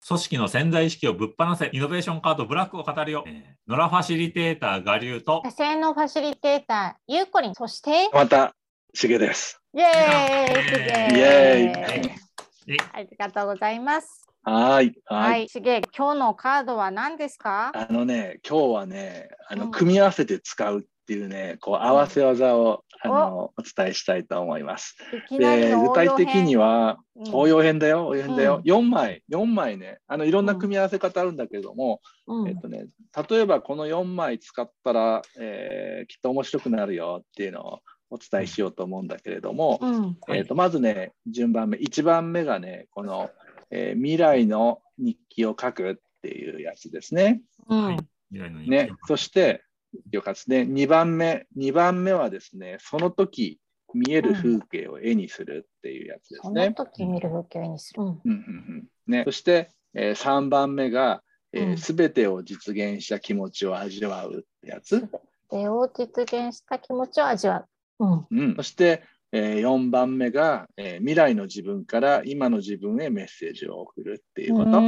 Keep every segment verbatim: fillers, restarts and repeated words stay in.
組織の潜在意識をぶっ放せ、イノベーションカードブラックを語るよ。えー、ノラファシリテーター我流と野生のファシリテーターゆうこりん、そしてまたしげです。 イエーイ、しげイエーイ。ありがとうございます。 はい、 はい、しげ、今日のカードは何ですか？ あのね、今日はね、あの、うん、組み合わせて使うっていうね、こう合わせ技を、うん、あのお伝えしたいと思います。 いきなりの応用編。 で、具体的には、うん、応用編だよ、応用編だよ。 うん、 よんまい、よんまいね、あのいろんな組み合わせ方あるんだけれども、うん、えっとね、例えばこのよんまい使ったら、えー、きっと面白くなるよっていうのをお伝えしようと思うんだけれども、うん、えーと、まずね、順番目、いちばんめがね、この、えー、未来の日記を書くっていうやつですね。 うん、 ね、そしてよかったですね。にばんめ、にばんめはですね、その時見える風景を絵にするっていうやつですね。 その時見る風景を絵にする。 うんうんうんね、そして、えー、さんばんめが、えー、全てを実現した気持ちを味わうってやつ。 全てを実現した気持ちを味わう。うんうん、そして、えー、よんばんめが、えー、未来の自分から今の自分へメッセージを送るっていうこと。 うん、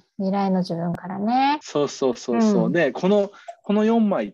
未来の自分からね。 そうそうそうそう。うん、で、この、このよんまいって、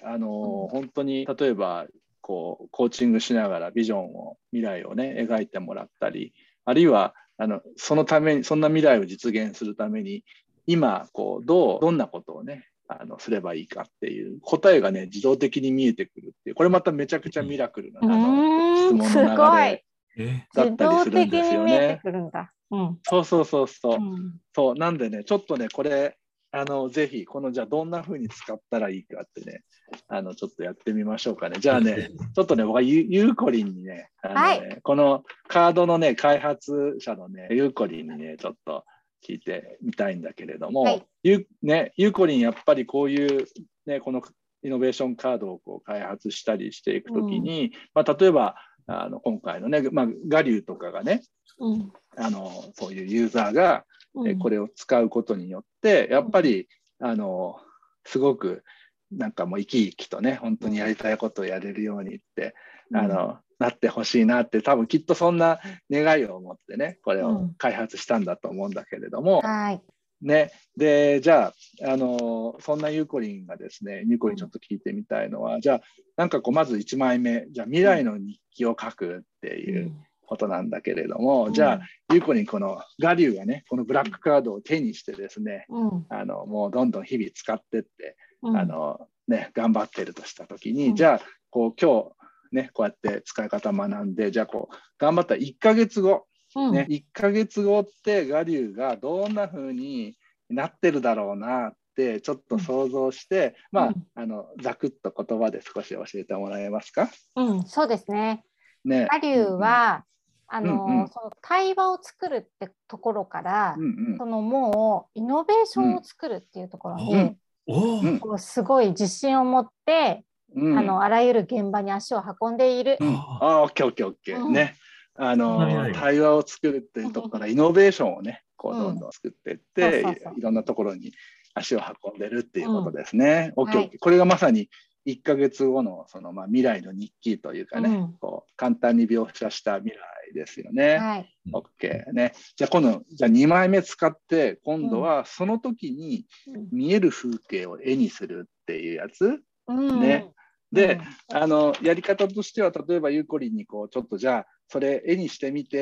あのーうん、 本当に例えばこうコーチングしながらビジョンを、未来をね、描いてもらったり、あるいはあのそのために、そんな未来を実現するために、今こうどう、どんなことをね、あのすればいいかっていう答えがね、自動的に見えてくるっていう、これまためちゃくちゃミラクルな、あの質問の流れだったりするんですよね。 うん、 そうそうそうそう。うん、そうなんでね、ちょっとね、これあのぜひこのじゃあどんな風に使ったらいいかってね、あのちょっとやってみましょうかね。じゃあね、ちょっとね、僕はゆゆうこりんにね、あのね、はい、このカードのね開発者のねゆうこりんにねちょっと聞いてみたいんだけれども、はい、ゆねゆうこりんやっぱりこういうねこのイノベーションカードをこう開発したりしていくときに、うん、まあ例えばあの今回のね、まあ我流とかがね。うん、あのそういうユーザーが、うん、これを使うことによってやっぱり、うん、あのすごくなんかもう生き生きとね本当にやりたいことをやれるようにって、うん、あのなってほしいなって多分きっとそんな願いを持ってねこれを開発したんだと思うんだけれども、 うん、はいね、でじゃあ、あのそんなゆうこりんがですねゆうこりんちょっと聞いてみたいのは、うん、じゃあなんかこうまずいちまいめじゃあ未来の日記を書くっていう、うんことなんだけれども、うん、じゃあゆうこりんこの我流がねこのブラックカードを手にしてですね、うん、あのもうどんどん日々使ってって、うん、あのね頑張ってるとした時に、うん、じゃあこう今日ねこうやって使い方学んでじゃあこう頑張ったいっかげつご、うんね、いっかげつごって我流がどんな風になってるだろうなってちょっと想像して、うん、まあ、あのざくっと言葉で少し教えてもらえますか？ うん、そうですね。ね我流は、うんあのうんうん、その対話を作るってところから、うんうん、そのもうイノベーションを作るっていうところに、うん、こうすごい自信を持って、うん、あのあらゆる現場に足を運んでいる。 うん、あ、オッケーオッケーオッケーね。あの対話を作るっていうところからイノベーションをね、こうどんどん作っていって、うん、いろんなところに足を運んでるっていうことですね。うん、オッケーオッケー。これがまさにいっかげつごのそのまあ未来の日記というかね、うん、こう簡単に描写した未来ですよね。 はい、 OK ね。じゃあ今度じゃあにまいめ使って今度はその時に見える風景を絵にするっていうやつ、うん、ね。で、うん、あのやり方としては例えばゆうこりんにこうちょっとじゃあそれ絵にしてみてって、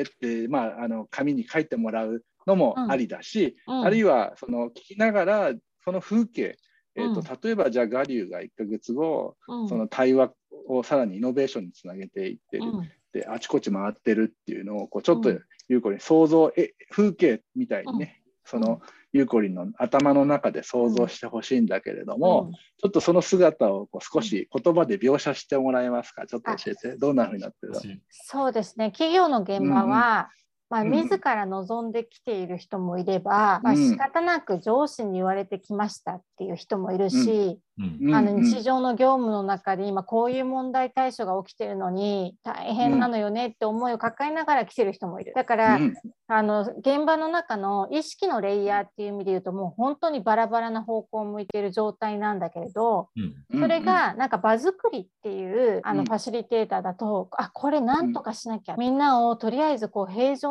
まあ、あの紙に書いてもらうのもありだし、うん、あるいはその聞きながらその風景えーと、例えばじゃあ我流がいっかげつご、うん、その対話をさらにイノベーションにつなげていってる、うん、であちこち回ってるっていうのをこうちょっとゆうこりん想像え風景みたいにね、うん、そのゆうこりんの頭の中で想像してほしいんだけれども、うん、ちょっとその姿をこう少し言葉で描写してもらえますか？ちょっと教えて。どんな風になってるの？ そうですね、企業の現場は、うんうんまあ、自ら望んできている人もいれば、うんまあ、仕方なく上司に言われてきましたっていう人もいるし、うん、あの日常の業務の中で今こういう問題対処が起きているのに大変なのよねって思いを抱えながら来てる人もいる。だから、うん、あの現場の中の意識のレイヤーっていう意味で言うともう本当にバラバラな方向を向いている状態なんだけれど、うん、それがなんか場作りっていうあのファシリテーターだと、うん、あこれなんとかしなきゃ、みんなをとりあえずこう平常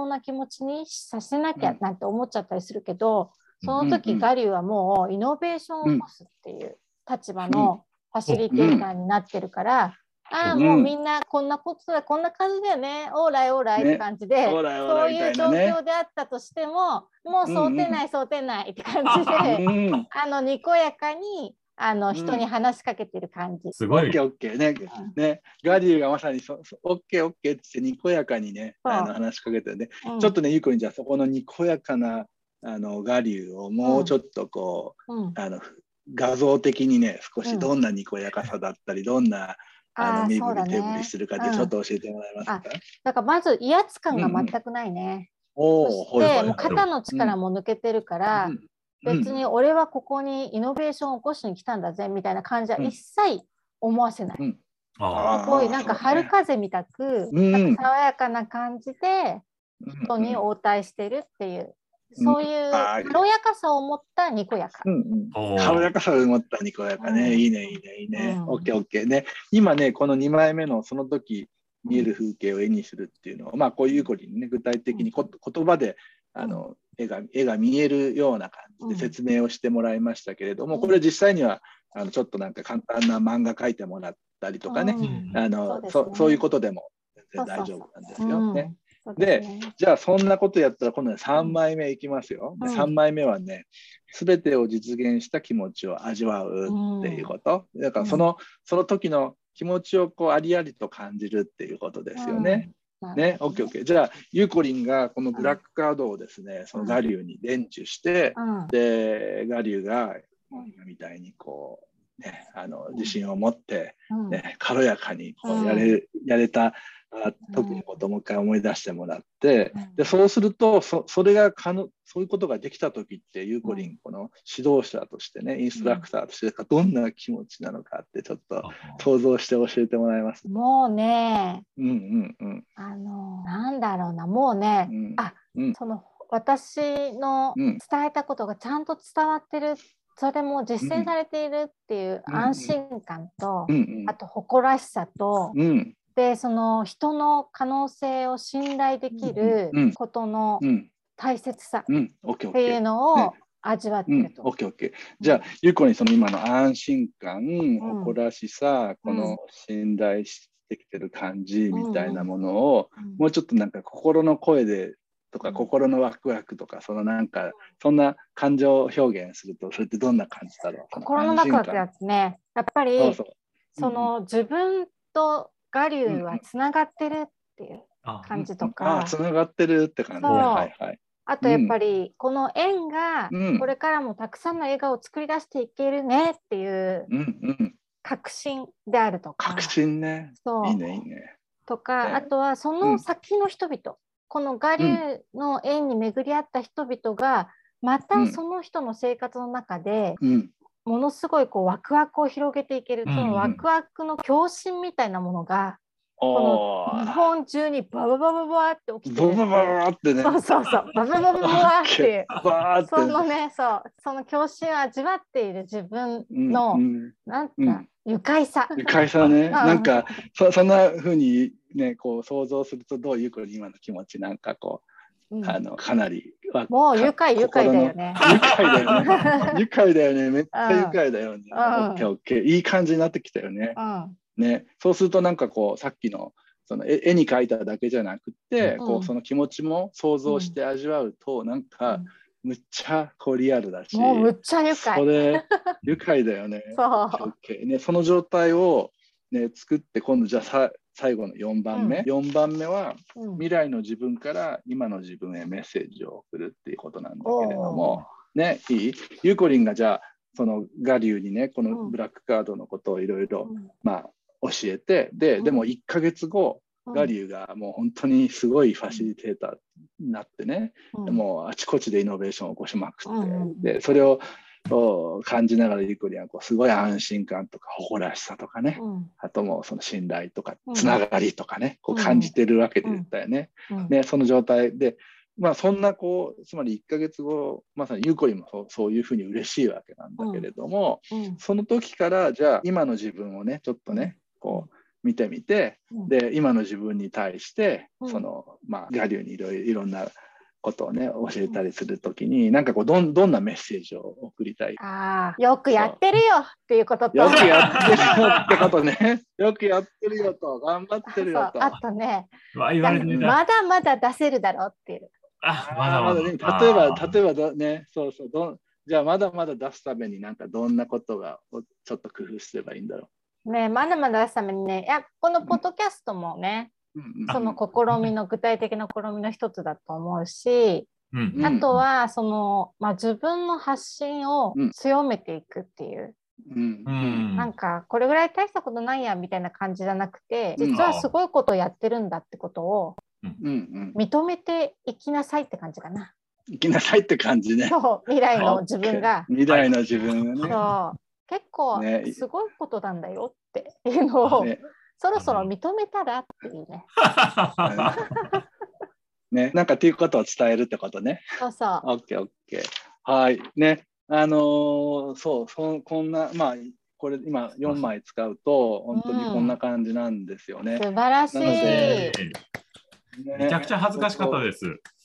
そうな気持ちにさせなきゃなんて思っちゃったりするけど、うん、その時、うん、ガリューはもうイノベーションを起こすっていう立場のファシリテーターになってるから、うん、ああもうみんなこんなことだ、こんな感じだよね、オーライオーライって感じで、ね、そういう状況であったとしても、もう想定内、想定内って感じで、うん、あのにこやかにあの人に話しかけてる感じ。 すごい。 オッケーオッケーね、ね、ガリューがまさにそオッケーオッケーってにこやかにね、あの話しかけてね、うん、ちょっとね、ゆうこにじゃあそこのにこやかなあのガリューをもうちょっとこう、うん、あの画像的にね、少しどんなにこやかさだったり、うん、どんなあの身振り手振りするかでちょっと教えてもらえますか。 うん、だからまず威圧感が全くないね。うんうん、そしてもう肩の力も抜けてるから、うん別に俺はここにイノベーションを起こしに来たんだぜみたいな感じは一切思わせない。うん、あこういうなんか春風みたく、うん、なんか爽やかな感じで人に応対してるっていう、うん、そういう軽やかさを持ったにこやか。 うんうん、軽やかさを持ったにこやかね、うん、いいねいいねいいね。オッケーオッケーね。今ねこのにまいめのその時見える風景を絵にするっていうのを、まあこういうこりにね具体的にこ言葉であの、うん絵が、絵が見えるような感じで説明をしてもらいましたけれども、うん、これ実際にはあのちょっとなんか簡単な漫画描いてもらったりとかね、うん、あの そうですね、そ, そういうことでも全然大丈夫なんですよね。で、じゃあそんなことやったら今度ねさんまいめいきますよ。うん、さんまいめはね、全てを実現した気持ちを味わうっていうこと。だからその、その時の気持ちをこうありありと感じるっていうことですよね。ね、オッケーオッケー。じゃあゆうこりんがこのブラックカードをですね、うん、そのガリューに伝授して、うん、でガリューが今みたいにこう、ね、あの自信を持って、ねうん、軽やかにこうやれ、うん、やれた時のことをもう一回思い出してもらって、うん、でそうすると そ, それが可能そういうことができた時ってゆうこりんこの指導者としてねインストラクターとしてどんな気持ちなのかってちょっと想像して教えてもらえます。 もうね、 うんうんうん、 あのなんだろうなもうね、うん、あ、うん、その私の伝えたことがちゃんと伝わってる、それも実践されているっていう安心感と、うんうん、あと誇らしさと、うん、でその人の可能性を信頼できることの大切さっていうのを味わってると。 オッケーオッケー。じゃあゆうこにその今の安心感、誇らしさ、この信頼してきてる感じみたいなものを、もうちょっとなんか心の声でとか心のワクワクとかそのなんかそんな感情を表現するとそれってどんな感じだろう。 心のワクワクですね。やっぱりそうそう、その自分とガリューはつながってるっていう感じとか、 うんうん、ああつながってるって感じ。はいはい。 あとやっぱりこの縁がこれからもたくさんの笑顔を作り出していけるねっていう確信であるとか。 確信ね。そういいねいいね。 とか、ね、あとはその先の人々、うん、この我流の縁に巡り合った人々がまたその人の生活の中でものすごいこうワクワクを広げていける、うん、そのワクワクの共振みたいなものがこの日本中にバババババって起きてるって。 ババババってね。 そうそうそう。バババババっていう。そのね、そう、その共振を味わっている自分の、うん、なんか、うん、愉快さ。 愉快さね。なんかそ、そんな風にね、こう想像するとどういうこれ今の気持ちなんかこう、うん、あのかなりもう愉快愉快だよね。 愉快だよね。愉快だよね。めっちゃ愉快だよね。オッケーオッケー。いい感じになってきたよね。うんね、そうするとなんかこうさっきのその絵に描いただけじゃなくて、うん、こうその気持ちも想像して味わうと、うん、なんかむっちゃこうリアルだし、 もうむっちゃ愉快。 それ愉快だよね。 そうね、その状態を、ね、作って今度じゃあさ最後のよんばんめ、うん、よんばんめは、うん、未来の自分から今の自分へメッセージを送るっていうことなんだけれども、ね、いい？ゆうこりんがじゃあその我流にねこのブラックカードのことをいろいろまあ教えて、で、でもいっかげつご、うん、我流がもう本当にすごいファシリテーターになってね、うん、もうあちこちでイノベーションを起こしまくって、うん、でそれを感じながらゆうこりんはこうすごい安心感とか誇らしさとかね、うん、あともうその信頼とかつながりとかね、こう感じてるわけで言ったよね。ね、その状態でまあそんなこうつまりいっかげつごまさにゆうこりんもそう、そういうふうに嬉しいわけなんだけれども、うんうん、その時からじゃあ今の自分をねちょっとねこう見てみて、 うん、 で今の自分に対して、 うん、 そのまあ我流にいろいろいろんなことをね教えたりするときに、なんかこうどんどんなメッセージを送りたい。 ああ、よくやってるよっていうことと、 よくやってるよってことね。よくやってるよと、頑張ってるよと。 あとね、 言われてみたい。 まだまだ出せるだろうっていう。 あ、まだまだ。 ね、例えば、例えばどね、そうそうど、じゃあまだまだ出すためになんかどんなことがちょっと工夫すればいいんだろう。ね、まだまだ出すためにね、いや、このポッドキャストもね、うん、その試みの具体的な試みの一つだと思うし、うん、あとはその、まあ、自分の発信を強めていくっていう。うんうん、なんかこれぐらい大したことないやみたいな感じじゃなくて、実はすごいことをやってるんだってことを認めていきなさいって感じかな。 いきなさいって感じね。 そう未来の自分が。 未来の自分がね。 そう結構すごいことなんだよっていうのを、ね、そろそろ認めたらっていうね。 ね、なんかっていうことを伝えるってことね。 そうそう。 オッケーオッケー。はいね。あのー、そうそこんなまあこれ今よんまい使うと本当にこんな感じなんですよね。 うん、素晴らしい。なので、 ね、めちゃくちゃ恥ずかしかったです。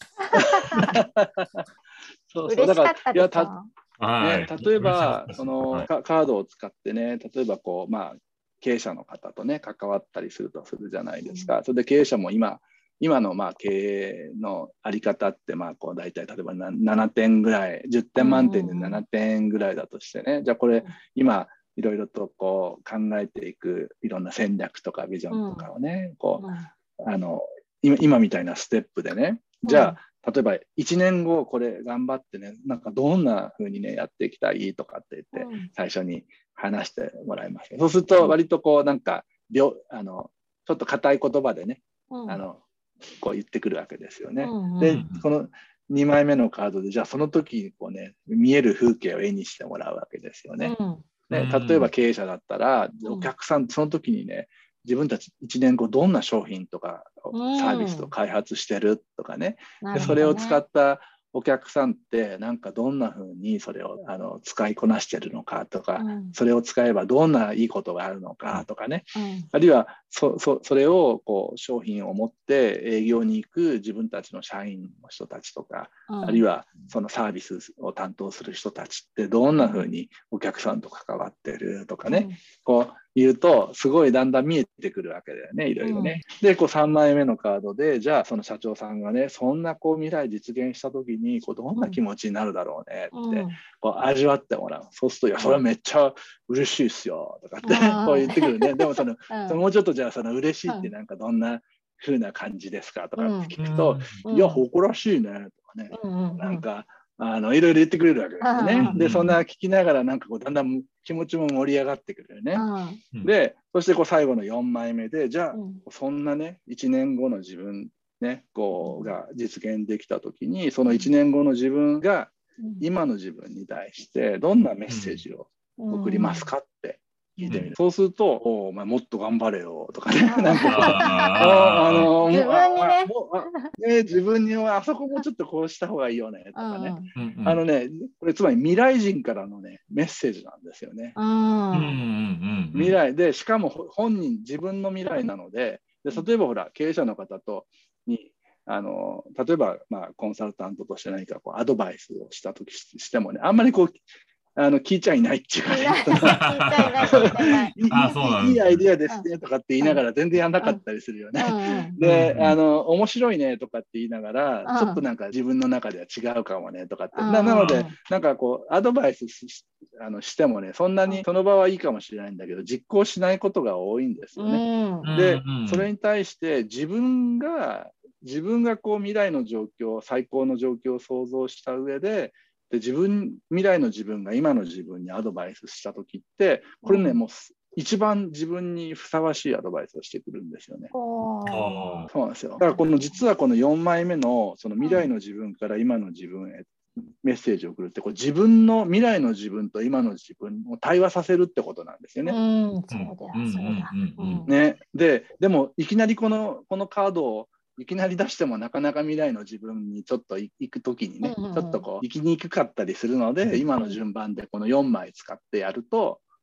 そうそうだからいやたね、例えばその、はい、カードを使ってね、例えばこうまあ経営者の方とね関わったりするとするじゃないですか。うん、それで経営者も今今のまあ経営のあり方ってまあこう大体例えばななてんぐらい、じゅってん満点でななてんぐらいだとしてね、じゃあこれ今いろいろとこう考えていくいろんな戦略とかビジョンとかをね、こうあの今今みたいなステップでね、じゃあ例えばいちねんごこれ頑張ってね、なんかどんな風にねやっていきたいとかって言って最初に話してもらいます。そうすると割とこうなんかあのちょっと硬い言葉でね、あのこう言ってくるわけですよね。うんうん、でこのにまいめのカードでじゃあその時にこうね見える風景を絵にしてもらうわけですよね。うん、ね例えば経営者だったら、うん、お客さんその時にね自分たちいちねんごどんな商品とかサービスを開発してるとかね、うん、でそれを使ったお客さんってなんかどんな風にそれをあの使いこなしてるのかとか、うん、それを使えばどんないいことがあるのかとかね、うん、あるいは そ, そ, それをこう商品を持って営業に行く自分たちの社員の人たちとか、うん、あるいはそのサービスを担当する人たちってどんな風にお客さんと関わってるとかね、うん、こう言うとすごいだんだん見えてくるわけだよね、いろいろね。うん、でこうさんまいめのカードでじゃあその社長さんがねそんなこう未来実現した時にこうどんな気持ちになるだろうねって、うん、こう味わってもらう。そうすると「いやそれはめっちゃ嬉しいっすよ」とかってこう言ってくるね。でもその、うん、そのもうちょっとじゃあその嬉しいってなんかどんな風な感じですかとかって聞くと「うん、いや誇らしいね」とかね、うん、なんかあのいろいろ言ってくれるわけですよね。でそんな聞きながらなんかこうだんだん気持ちも盛り上がってくるよね。うん、でそしてこう最後のよんまいめでじゃあ、うん、そんなねいちねんごの自分、ね、こうが実現できた時にそのいちねんごの自分が今の自分に対してどんなメッセージを送りますかって聞いてみる。うん、そうすると「お, お前もっと頑張れよ」とかねなんかあの自分に ね, ね自分にあそこもちょっとこうした方がいいよねとかね、うん、あのねこれつまり未来人からのねメッセージなんですよね。未来でしかも本人自分の未来なので、で例えばほら経営者の方とにあの例えば、まあ、コンサルタントとして何かこうアドバイスをしたときしてもねあんまりこうあの聞いちゃいないっていうかねいいアイディアですねとかって言いながら全然やんなかったりするよね。であの面白いねとかって言いながらちょっとなんか自分の中では違うかもねとかって な, なのでなんかこうアドバイス し, あのしてもねそんなにその場はいいかもしれないんだけど実行しないことが多いんですよね。でそれに対して自分が自分がこう未来の状況最高の状況を想像した上でで自分未来の自分が今の自分にアドバイスした時ってこれね、うん、もう一番自分にふさわしいアドバイスをしてくるんですよね。そうなんですよ。だからこの実はこのよんまいめのその未来の自分から今の自分へメッセージを送るってこれ自分の未来の自分と今の自分を対話させるってことなんですよね。 うんそうだそうだ。 ねででもいきなりこのこのカードをいきなり出してもなかなか未来の自分にちょっと行くときにね、うんうんうん、ちょっとこう行きにくかったりするので、うん、今の順番でこのよんまい使ってやると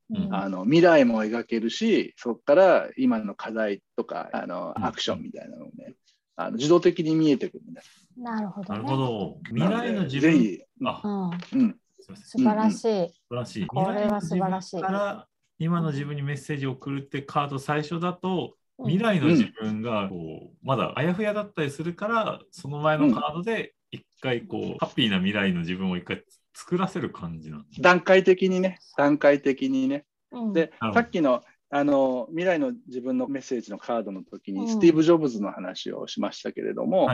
うん、あの未来も描けるし、そこから今の課題とかあのアクションみたいなのをね、あの自動的に見えてくるんです。 なるほど、ね、 なるほど。未来の自分、 ぜひ、 あ、うん、素晴らしい。素晴らしい。 これは素晴らしい。 から今の自分にメッセージを送るってカード最初だと、未来の自分がこうまだあやふやだったりするから、その前のカードで一回こうハッピーな未来の自分を一回作らせる感じなんです。 段階的にね、段階的にね。で、さっきのあの未来の自分のメッセージのカードの時に、うん、スティーブ・ジョブズの話をしましたけれども、はい、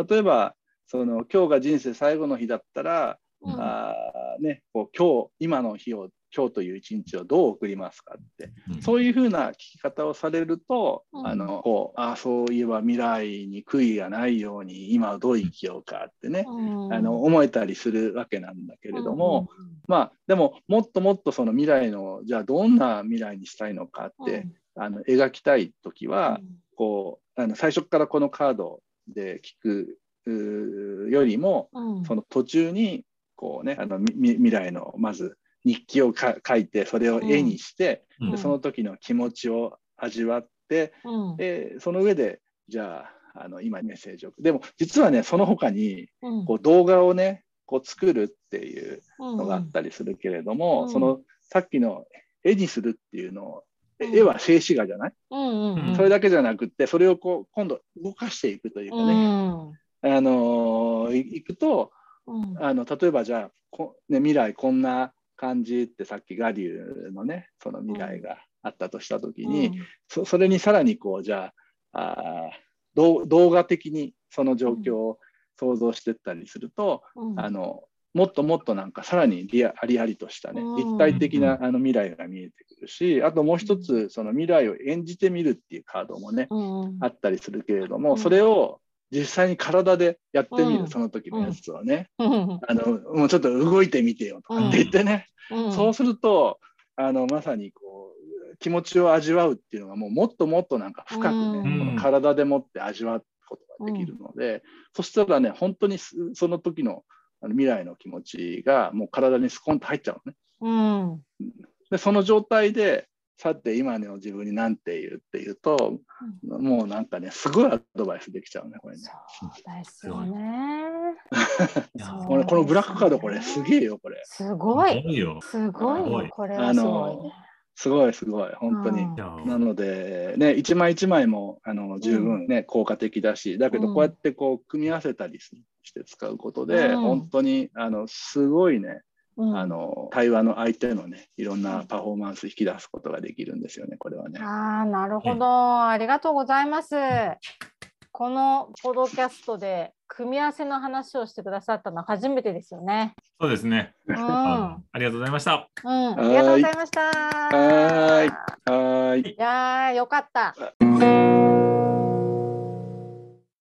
例えばその今日が人生最後の日だったら、うん、あね、こう今日今の日を今日という一日をどう送りますかって、うん、そういうふうな聞き方をされると、うん、あのこうあそういえば未来に悔いがないように今はどう生きようかってね、うん、あの思えたりするわけなんだけれども、うん、まあでももっともっとその未来のじゃあどんな未来にしたいのかって、うん、あの描きたい時は、うん、こうあの最初からこのカードで聞くよりも、うん、その途中にこうねあの未来のまず日記を書いてそれを絵にして、うん、でその時の気持ちを味わって、うん、でその上でじゃあ、あの今メッセージをでも実はねその他にこう動画をねこう作るっていうのがあったりするけれども、うん、そのさっきの絵にするっていうのを、うん、絵は静止画じゃない、うんうん、それだけじゃなくってそれをこう今度動かしていくというかね、うん、あのいくと、うん、あの例えばじゃあこ、ね、未来こんな感じってさっきガリューのねその未来があったとした時に、うん、そ, それにさらにこうじゃあ、あ動画的にその状況を想像していったりすると、うん、あのもっともっとなんかさらにリアありありとしたね、うん、立体的なあの未来が見えてくるし、あともう一つその未来を演じてみるっていうカードもね、うん、あったりするけれども、うん、それを実際に体でやってみる、うん、その時のやつをね、うん、あのもうちょっと動いてみてよとかって言ってね、うん、そうするとあのまさにこう気持ちを味わうっていうのがもうもっともっとなんか深くね、うん、この体でもって味わうことができるので、うん、そしたらね本当にその時の未来の気持ちがもう体にスコンと入っちゃうのね、うん、でその状態でさて今の自分に何て言うっていうと、うん、もうなんかねすごいアドバイスできちゃうねこれね。 そうですよねこれこのブラックカードこれすげえよこれ。 すごいすごいよこれはすごいね。 すごいすごい本当に、うん、なのでね一枚一枚もあの十分ね、うん、効果的だしだけどこうやってこう組み合わせたりして使うことで、うん、本当にあのすごいね、うん、あの対話の相手のねいろんなパフォーマンス引き出すことができるんですよねこれはね。 ああなるほど、うん、ありがとうございます。このポッドキャストで組み合わせの話をしてくださったのは初めてですよね。 そうですね。うん、ありがとうございました。 うん、ありがとうございました。 はい。はい。 いやーよかった。